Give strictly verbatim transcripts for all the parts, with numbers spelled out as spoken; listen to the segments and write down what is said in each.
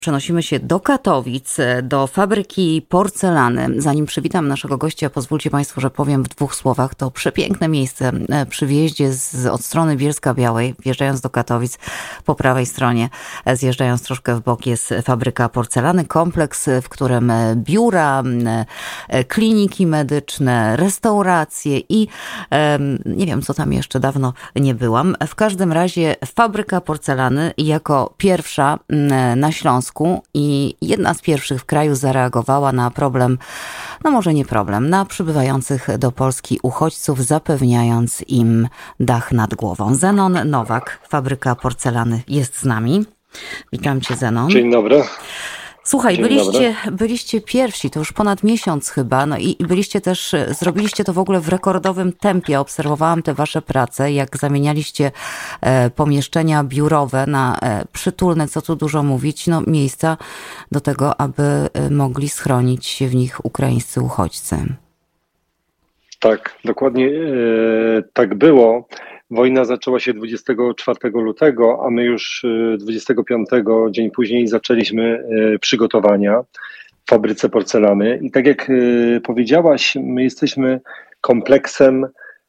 Przenosimy się do Katowic, do fabryki porcelany. Zanim przywitam naszego gościa, pozwólcie Państwo, że powiem w dwóch słowach. To przepiękne miejsce przy wjeździe z, od strony Bielska-Białej, wjeżdżając do Katowic po prawej stronie, zjeżdżając troszkę w bok, jest fabryka porcelany. Kompleks, w którym biura, kliniki medyczne, restauracje i nie wiem, co tam jeszcze, dawno nie byłam. W każdym razie fabryka porcelany jako pierwsza na Śląsku i jedna z pierwszych w kraju zareagowała na problem, no może nie problem, na przybywających do Polski uchodźców, zapewniając im dach nad głową. Zenon Nowak, fabryka porcelany, jest z nami. Witam Cię, Zenon. Dzień dobry. Słuchaj, byliście, byliście pierwsi, to już ponad miesiąc chyba, no i byliście też, zrobiliście to w ogóle w rekordowym tempie. Obserwowałam te wasze prace, jak zamienialiście e, pomieszczenia biurowe na e, przytulne, co tu dużo mówić, no miejsca do tego, aby e, mogli schronić się w nich ukraińscy uchodźcy. Tak, dokładnie e, tak było. Wojna zaczęła się dwudziestego czwartego lutego, a my już dwudziestego piątego, dzień później, zaczęliśmy przygotowania w fabryce porcelany. I tak jak powiedziałaś, my jesteśmy kompleksem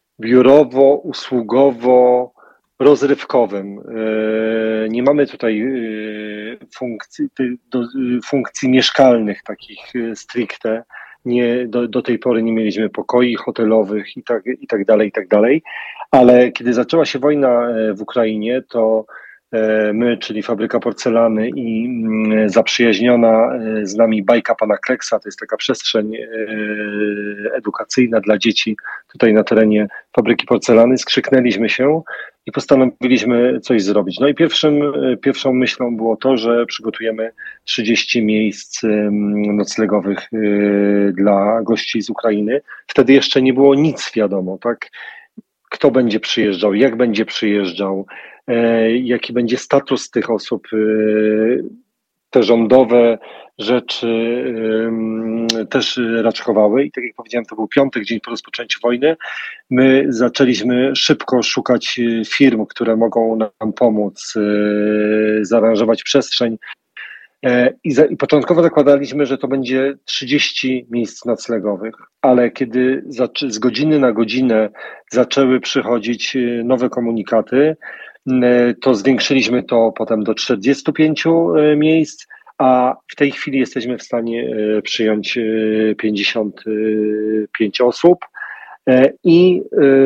biurowo-usługowo-rozrywkowym. Nie mamy tutaj funkcji, funkcji mieszkalnych, takich stricte. Nie, do, do tej pory nie mieliśmy pokoi hotelowych i tak, i tak dalej, i tak dalej. Ale kiedy zaczęła się wojna w Ukrainie, to my, czyli fabryka porcelany i zaprzyjaźniona z nami bajka pana Kleksa, to jest taka przestrzeń edukacyjna dla dzieci tutaj na terenie fabryki porcelany, skrzyknęliśmy się i postanowiliśmy coś zrobić. No i pierwszym, pierwszą myślą było to, że przygotujemy trzydzieści miejsc noclegowych dla gości z Ukrainy. Wtedy jeszcze nie było nic wiadomo, tak? Kto będzie przyjeżdżał, jak będzie przyjeżdżał, jaki będzie status tych osób. Te rządowe rzeczy też raczkowały i tak jak powiedziałem, to był piątek, dzień po rozpoczęciu wojny. My zaczęliśmy szybko szukać firm, które mogą nam pomóc zaaranżować przestrzeń. I, za, I początkowo zakładaliśmy, że to będzie trzydzieści miejsc noclegowych, ale kiedy zaczę, z godziny na godzinę zaczęły przychodzić nowe komunikaty, to zwiększyliśmy to potem do czterdziestu pięciu miejsc, a w tej chwili jesteśmy w stanie przyjąć pięćdziesiąt pięć osób i,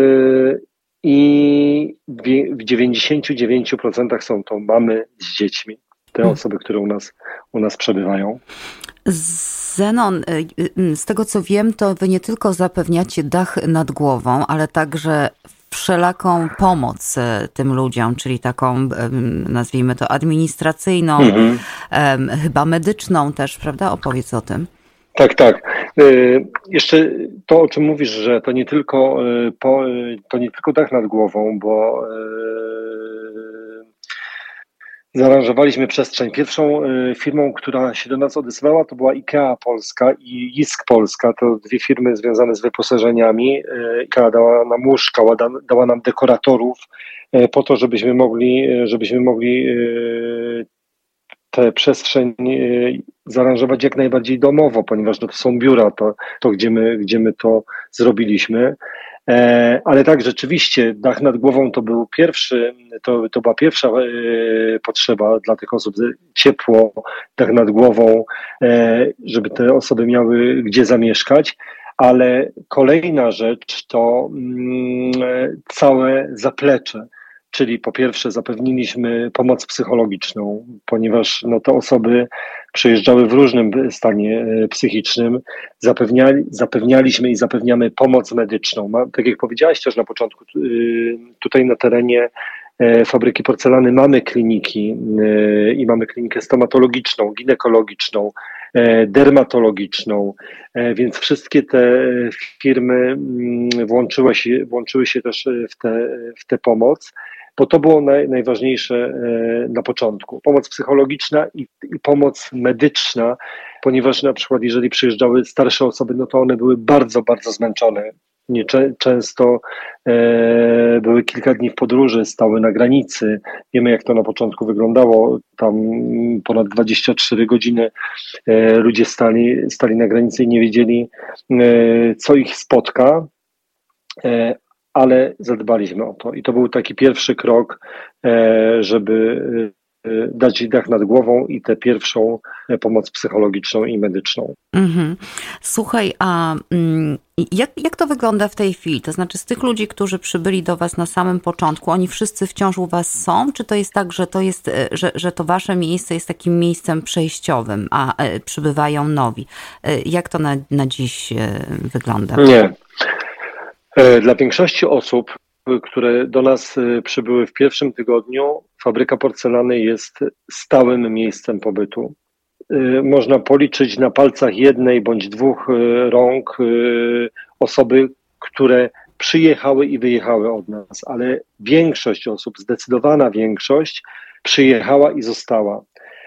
i w dziewięćdziesięciu dziewięciu procentach są to mamy z dziećmi. Te osoby, które u nas, u nas przebywają. Zenon, z tego co wiem, to wy nie tylko zapewniacie dach nad głową, ale także wszelaką pomoc tym ludziom, czyli taką, nazwijmy to, administracyjną, mhm. chyba medyczną też, prawda? Opowiedz o tym. Tak, tak. Jeszcze to, o czym mówisz, że to nie tylko, to nie tylko dach nad głową, bo zaaranżowaliśmy przestrzeń. Pierwszą firmą, która się do nas odezwała, to była IKEA Polska i Jisk Polska. To dwie firmy związane z wyposażeniami. IKEA dała nam łóżka, dała nam dekoratorów po to, żebyśmy mogli, żebyśmy mogli tę przestrzeń zaaranżować jak najbardziej domowo, ponieważ to są biura, to, to gdzie my, gdzie my to zrobiliśmy. Ale tak, rzeczywiście dach nad głową to był pierwszy, to, to była pierwsza potrzeba dla tych osób, ciepło, dach nad głową, żeby te osoby miały gdzie zamieszkać, ale kolejna rzecz to całe zaplecze. Czyli po pierwsze zapewniliśmy pomoc psychologiczną, ponieważ no, te osoby przyjeżdżały w różnym stanie psychicznym. Zapewniali, zapewnialiśmy i zapewniamy pomoc medyczną. Ma, tak jak powiedziałaś też na początku, tutaj na terenie fabryki porcelany mamy kliniki i mamy klinikę stomatologiczną, ginekologiczną, dermatologiczną, więc wszystkie te firmy włączyły się, włączyły się też w tę w tę pomoc, bo to było naj, najważniejsze na początku. Pomoc psychologiczna i, i pomoc medyczna, ponieważ na przykład jeżeli przyjeżdżały starsze osoby, no to one były bardzo, bardzo zmęczone Nie, często e, były kilka dni w podróży, stały na granicy. Wiemy, jak to na początku wyglądało. Tam ponad dwadzieścia cztery godziny e, ludzie stali, stali na granicy i nie wiedzieli, e, co ich spotka, e, ale zadbaliśmy o to. I to był taki pierwszy krok, e, żeby dać dach nad głową i tę pierwszą pomoc psychologiczną i medyczną. Mm-hmm. Słuchaj, a mm, jak, jak to wygląda w tej chwili? To znaczy z tych ludzi, którzy przybyli do was na samym początku, oni wszyscy wciąż u was są? Czy to jest tak, że to jest, że, że to wasze miejsce jest takim miejscem przejściowym, a e, przybywają nowi? E, jak to na, na dziś e, wygląda? Nie. E, dla większości osób, które do nas przybyły w pierwszym tygodniu, fabryka porcelany jest stałym miejscem pobytu. Można policzyć na palcach jednej bądź dwóch rąk osoby, które przyjechały i wyjechały od nas, ale większość osób, zdecydowana większość, przyjechała i została.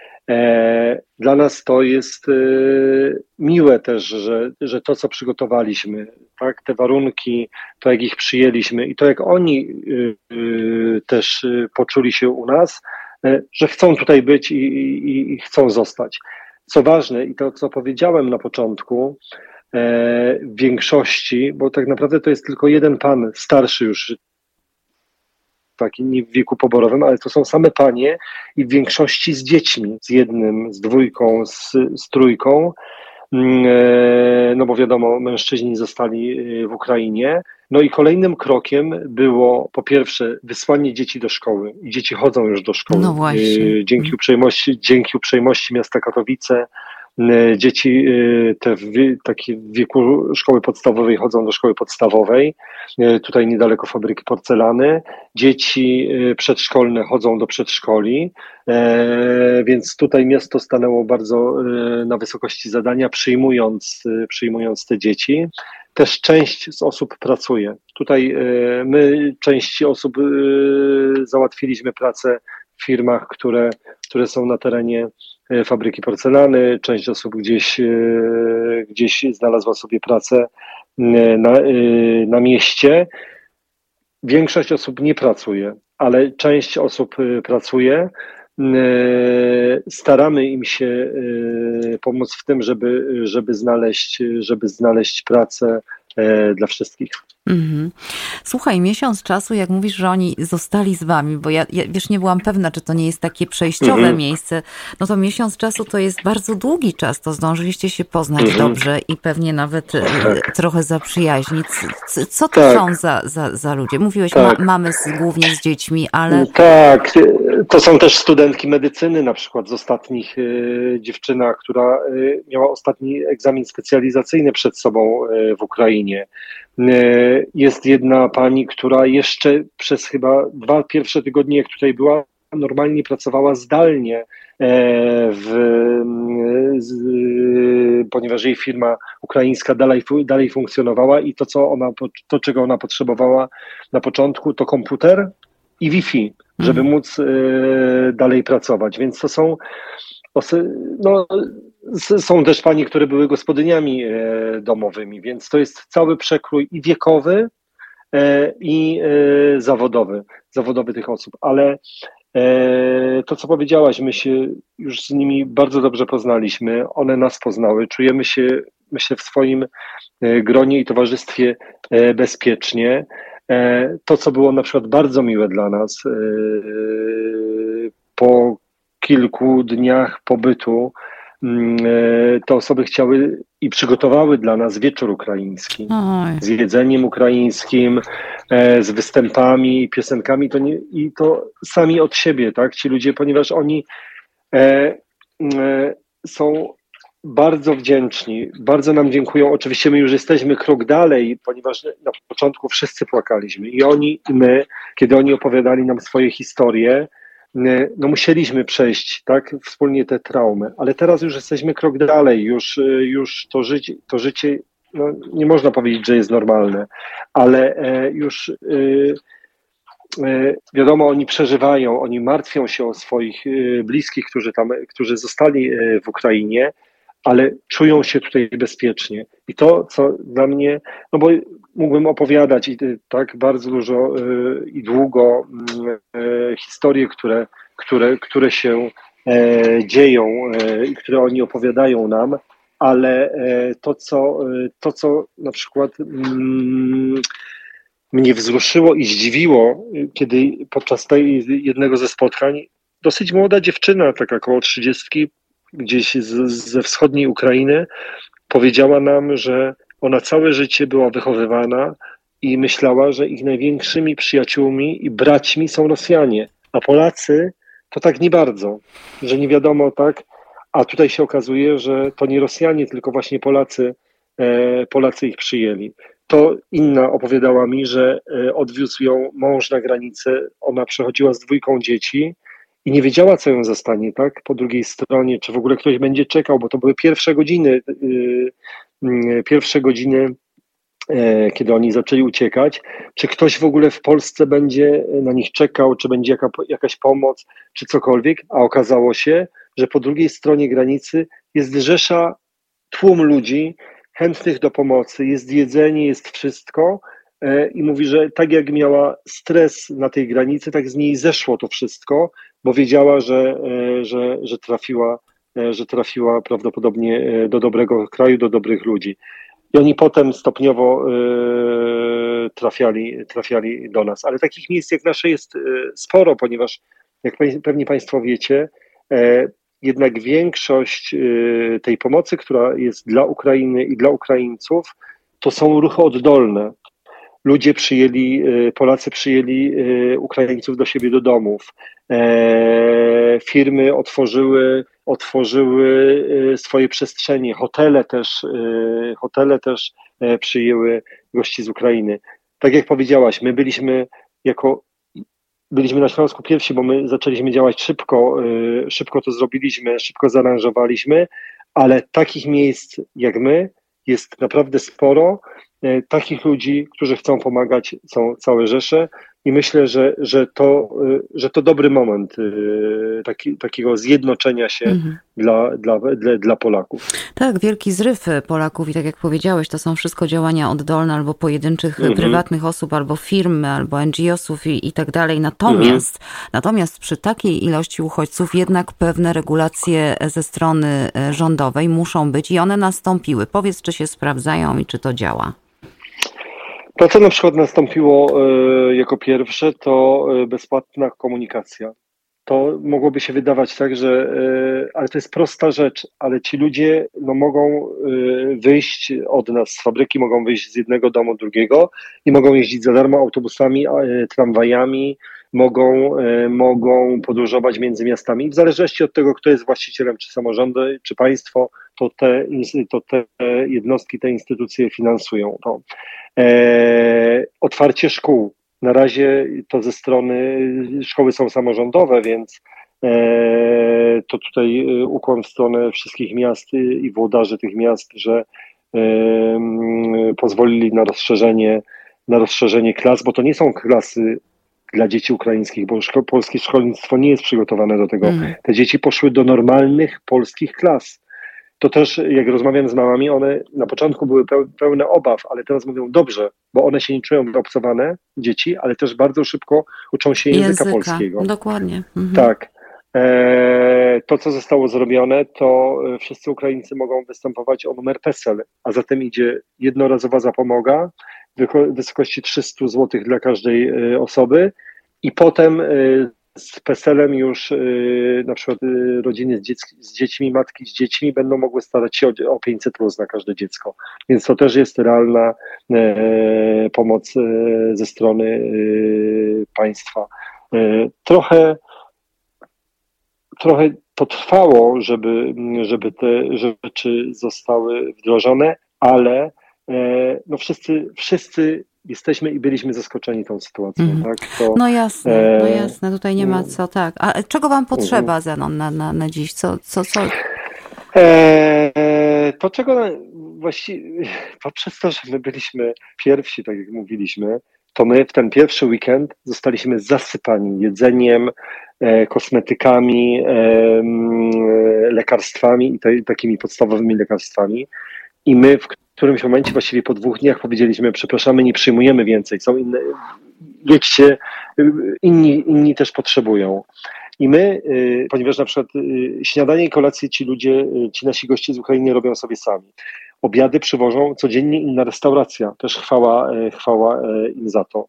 Dla nas to jest miłe też, że, że to, co przygotowaliśmy, tak, te warunki, to jak ich przyjęliśmy i to jak oni też poczuli się u nas, że chcą tutaj być i, i, i chcą zostać. Co ważne i to, co powiedziałem na początku, w większości, bo tak naprawdę to jest tylko jeden pan, starszy już, taki nie w wieku poborowym, ale to są same panie i w większości z dziećmi, z jednym, z dwójką, z, z trójką, no bo wiadomo, mężczyźni zostali w Ukrainie. No i kolejnym krokiem było po pierwsze wysłanie dzieci do szkoły i dzieci chodzą już do szkoły. No właśnie. Dzięki uprzejmości, dzięki uprzejmości miasta Katowice dzieci te w, takie w wieku szkoły podstawowej chodzą do szkoły podstawowej, tutaj niedaleko fabryki porcelany. Dzieci przedszkolne chodzą do przedszkoli, więc tutaj miasto stanęło bardzo na wysokości zadania, przyjmując, przyjmując te dzieci. Też część z osób pracuje. Tutaj my części osób załatwiliśmy pracę w firmach, które, które są na terenie fabryki porcelany. Część osób gdzieś, gdzieś znalazła sobie pracę na, na mieście. Większość osób nie pracuje, ale część osób pracuje. Staramy im się pomóc w tym, żeby, żeby, znaleźć, żeby znaleźć pracę dla wszystkich. Mm-hmm. Słuchaj, miesiąc czasu, jak mówisz, że oni zostali z wami, bo ja, ja wiesz, nie byłam pewna, czy to nie jest takie przejściowe mm-hmm. miejsce, no to miesiąc czasu to jest bardzo długi czas, to zdążyliście się poznać mm-hmm. dobrze i pewnie nawet tak. trochę zaprzyjaźnić. Co, co to tak. są za, za, za ludzie? Mówiłeś, tak. ma, mamy z, głównie z dziećmi, ale... Tak, to są też studentki medycyny, na przykład z ostatnich y, dziewczyna, która y, miała ostatni egzamin specjalizacyjny przed sobą y, w Ukrainie. Jest jedna pani, która jeszcze przez chyba dwa pierwsze tygodnie, jak tutaj była, normalnie pracowała zdalnie, w, z, ponieważ jej firma ukraińska dalej, dalej funkcjonowała i to, co ona, to, czego ona potrzebowała na początku, to komputer i Wi-Fi, żeby mm. móc dalej pracować. Więc to są, no, są też panie, które były gospodyniami domowymi, więc to jest cały przekrój i wiekowy, i zawodowy, zawodowy tych osób, ale to, co powiedziałaś, my się już z nimi bardzo dobrze poznaliśmy, one nas poznały, czujemy się, myślę, w swoim gronie i towarzystwie bezpiecznie. To, co było na przykład bardzo miłe dla nas, po kilku dniach pobytu, te osoby chciały i przygotowały dla nas wieczór ukraiński. Oj. Z jedzeniem ukraińskim, z występami, piosenkami, to nie, i to sami od siebie, tak, ci ludzie, ponieważ oni e, e, są bardzo wdzięczni, bardzo nam dziękują. Oczywiście my już jesteśmy krok dalej, ponieważ na początku wszyscy płakaliśmy i oni, i my, kiedy oni opowiadali nam swoje historie, no musieliśmy przejść, tak, wspólnie te traumy, ale teraz już jesteśmy krok dalej, już, już to życie, to życie, no nie można powiedzieć, że jest normalne, ale już wiadomo, oni przeżywają, oni martwią się o swoich bliskich, którzy tam, którzy zostali w Ukrainie, ale czują się tutaj bezpiecznie. I to, co dla mnie, no bo mógłbym opowiadać i tak bardzo dużo i długo historie, które, które, które się dzieją i które oni opowiadają nam, ale to, co, to, co na przykład mnie wzruszyło i zdziwiło, kiedy podczas tej jednego ze spotkań dosyć młoda dziewczyna, taka koło trzydziestki, gdzieś z, ze wschodniej Ukrainy, powiedziała nam, że ona całe życie była wychowywana i myślała, że ich największymi przyjaciółmi i braćmi są Rosjanie, a Polacy to tak nie bardzo, że nie wiadomo tak, a tutaj się okazuje, że to nie Rosjanie, tylko właśnie Polacy, e, Polacy ich przyjęli. To inna opowiadała mi, że odwiózł ją mąż na granicę, ona przechodziła z dwójką dzieci i nie wiedziała, co ją zastanie, tak? Po drugiej stronie, czy w ogóle ktoś będzie czekał, bo to były pierwsze godziny, yy, yy, pierwsze godziny, yy, kiedy oni zaczęli uciekać, czy ktoś w ogóle w Polsce będzie na nich czekał, czy będzie jaka, jakaś pomoc, czy cokolwiek, a okazało się, że po drugiej stronie granicy jest rzesza, tłum ludzi chętnych do pomocy, jest jedzenie, jest wszystko i mówi, że tak jak miała stres na tej granicy, tak z niej zeszło to wszystko, bo wiedziała, że, że, że, trafiła, że trafiła prawdopodobnie do dobrego kraju, do dobrych ludzi. I oni potem stopniowo trafiali, trafiali do nas. Ale takich miejsc jak nasze jest sporo, ponieważ jak pewnie Państwo wiecie, jednak większość tej pomocy, która jest dla Ukrainy i dla Ukraińców, to są ruchy oddolne. Ludzie przyjęli, Polacy przyjęli Ukraińców do siebie do domów. Firmy otworzyły, otworzyły swoje przestrzenie. Hotele też, hotele też przyjęły gości z Ukrainy. Tak jak powiedziałaś, my byliśmy jako Byliśmy na Śląsku pierwsi, bo my zaczęliśmy działać szybko, szybko to zrobiliśmy, szybko zaaranżowaliśmy, ale takich miejsc jak my jest naprawdę sporo. Takich ludzi, którzy chcą pomagać, są całe rzesze i myślę, że, że, to, że to dobry moment taki, takiego zjednoczenia się mhm. dla, dla, dla, dla Polaków. Tak, wielki zryw Polaków i tak jak powiedziałeś, to są wszystko działania oddolne albo pojedynczych mhm. prywatnych osób, albo firm, albo en dżi osów i, i tak dalej. Natomiast, mhm. natomiast przy takiej ilości uchodźców jednak pewne regulacje ze strony rządowej muszą być i one nastąpiły. Powiedz, czy się sprawdzają i czy to działa? To, co na przykład nastąpiło y, jako pierwsze, to y, bezpłatna komunikacja. To mogłoby się wydawać tak, że, y, ale to jest prosta rzecz, ale ci ludzie no, mogą y, wyjść od nas z fabryki, mogą wyjść z jednego domu do drugiego i mogą jeździć za darmo autobusami, y, tramwajami, mogą, y, mogą podróżować między miastami. W zależności od tego, kto jest właścicielem, czy samorządy, czy państwo, to te, to te jednostki, te instytucje finansują to. E, otwarcie szkół. Na razie to ze strony, szkoły są samorządowe, więc e, to tutaj ukłon w stronę wszystkich miast i włodarzy tych miast, że e, pozwolili na rozszerzenie, na rozszerzenie klas, bo to nie są klasy dla dzieci ukraińskich, bo szko- polskie szkolnictwo nie jest przygotowane do tego. Mm. Te dzieci poszły do normalnych polskich klas. To też, jak rozmawiam z mamami, one na początku były pełne obaw, ale teraz mówią dobrze, bo one się nie czują wyobcowane, dzieci, ale też bardzo szybko uczą się języka, języka polskiego. Dokładnie. Mhm. Tak. E, to, co zostało zrobione, to wszyscy Ukraińcy mogą występować o numer PESEL, a zatem idzie jednorazowa zapomoga w wysokości trzysta złotych dla każdej osoby i potem z PESEL-em już y, na przykład y, rodziny z, dziec- z dziećmi, matki z dziećmi będą mogły starać się o, o pięćset plus na każde dziecko. Więc to też jest realna e, pomoc e, ze strony e, państwa. E, trochę, trochę to trwało, żeby, żeby te rzeczy zostały wdrożone, ale e, no wszyscy, wszyscy jesteśmy i byliśmy zaskoczeni tą sytuacją. Mm. Tak? To, no jasne, no jasne, tutaj nie ma co, tak. A czego wam potrzeba, mm. Zenon, na, na, na dziś? Co, co, co? E, to czego właściwie, poprzez to, że my byliśmy pierwsi, tak jak mówiliśmy, to my w ten pierwszy weekend zostaliśmy zasypani jedzeniem, kosmetykami, lekarstwami i te, takimi podstawowymi lekarstwami. I my w którymś momencie, właściwie po dwóch dniach powiedzieliśmy, przepraszamy, nie przyjmujemy więcej, są inne, jedźcie, inni, inni też potrzebują. I my, ponieważ na przykład śniadanie i kolację ci ludzie, ci nasi goście z Ukrainy robią sobie sami. Obiady przywożą codziennie inna restauracja, też chwała, chwała im za to.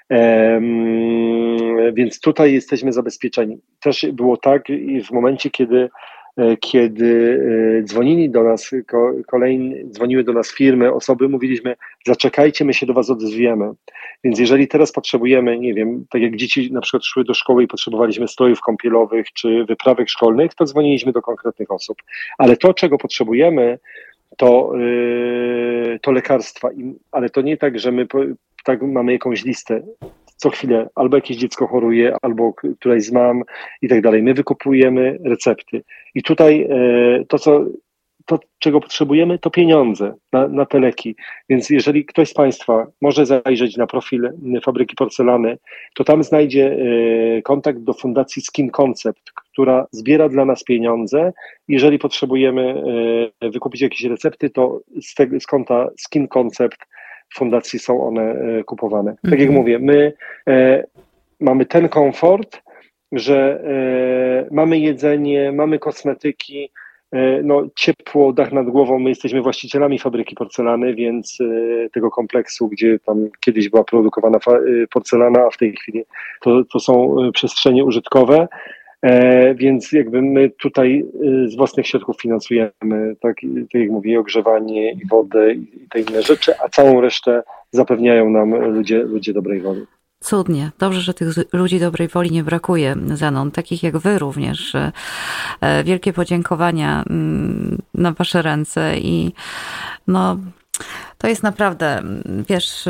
Więc tutaj jesteśmy zabezpieczeni. Też było tak w momencie, kiedy kiedy dzwonili do nas kolejne, dzwoniły do nas firmy, osoby, mówiliśmy, zaczekajcie, my się do was odzwiemy. Więc jeżeli teraz potrzebujemy, nie wiem, tak jak dzieci na przykład szły do szkoły i potrzebowaliśmy strojów kąpielowych czy wyprawek szkolnych, to dzwoniliśmy do konkretnych osób. Ale to, czego potrzebujemy, to, yy, to lekarstwa. Ale to nie tak, że my tak mamy jakąś listę. Co chwilę albo jakieś dziecko choruje, albo któraś z mam i tak dalej. My wykupujemy recepty. I tutaj to, co, to czego potrzebujemy, to pieniądze na, na te leki. Więc jeżeli ktoś z Państwa może zajrzeć na profil Fabryki Porcelany, to tam znajdzie kontakt do Fundacji Skin Concept, która zbiera dla nas pieniądze. Jeżeli potrzebujemy wykupić jakieś recepty, to z, tego, z konta Skin Concept fundacji są one kupowane. Tak jak mówię, my e, mamy ten komfort, że e, mamy jedzenie, mamy kosmetyki, e, no ciepło, dach nad głową. My jesteśmy właścicielami Fabryki Porcelany, więc e, tego kompleksu, gdzie tam kiedyś była produkowana fa- porcelana, a w tej chwili to, to są przestrzenie użytkowe. E, więc jakby my tutaj z własnych środków finansujemy, tak, tak jak mówię, ogrzewanie i wodę i te inne rzeczy, a całą resztę zapewniają nam ludzie, ludzie dobrej woli. Cudnie. Dobrze, że tych ludzi dobrej woli nie brakuje, Zenon. Takich jak wy również. Wielkie podziękowania na wasze ręce i no... To jest naprawdę, wiesz,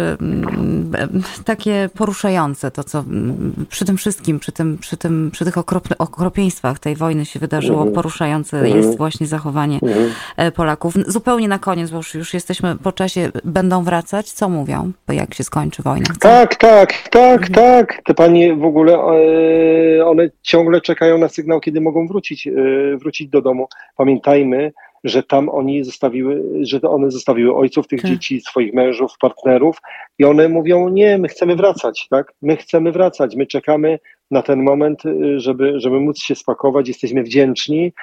takie poruszające to, co przy tym wszystkim, przy, tym, przy, tym, przy tych okropne, okropieństwach tej wojny się wydarzyło, poruszające jest właśnie zachowanie Polaków. Zupełnie na koniec, bo już jesteśmy po czasie, będą wracać? Co mówią, jak się skończy wojna? Co? Tak, tak, tak, mhm. tak. Te panie w ogóle, one ciągle czekają na sygnał, kiedy mogą wrócić, wrócić do domu. Pamiętajmy, że tam oni zostawiły, że one zostawiły ojców tych tak. dzieci, swoich mężów, partnerów i one mówią, nie, my chcemy wracać, tak? My chcemy wracać, my czekamy na ten moment, żeby, żeby móc się spakować, jesteśmy wdzięczni,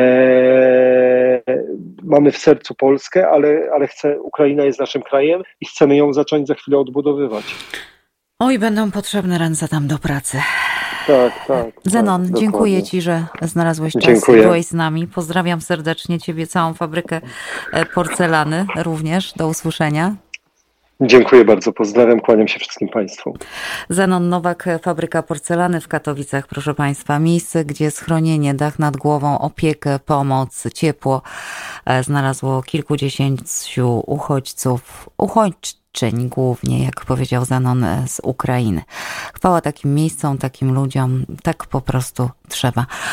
eee, mamy w sercu Polskę, ale, ale chcę, Ukraina jest naszym krajem i chcemy ją zacząć za chwilę odbudowywać. Oj, będą potrzebne ręce tam do pracy. Tak, tak. Zenon, tak, dziękuję dokładnie. Ci, że znalazłeś czas dziękuję. i byłeś z nami. Pozdrawiam serdecznie Ciebie, całą Fabrykę Porcelany również. Do usłyszenia. Dziękuję bardzo, pozdrawiam, kłaniam się wszystkim Państwu. Zenon Nowak, Fabryka Porcelany w Katowicach, proszę Państwa. Miejsce, gdzie schronienie, dach nad głową, opiekę, pomoc, ciepło znalazło kilkudziesięciu uchodźców, uchodźczyń głównie, jak powiedział Zenon, z Ukrainy. Chwała takim miejscom, takim ludziom, tak po prostu trzeba.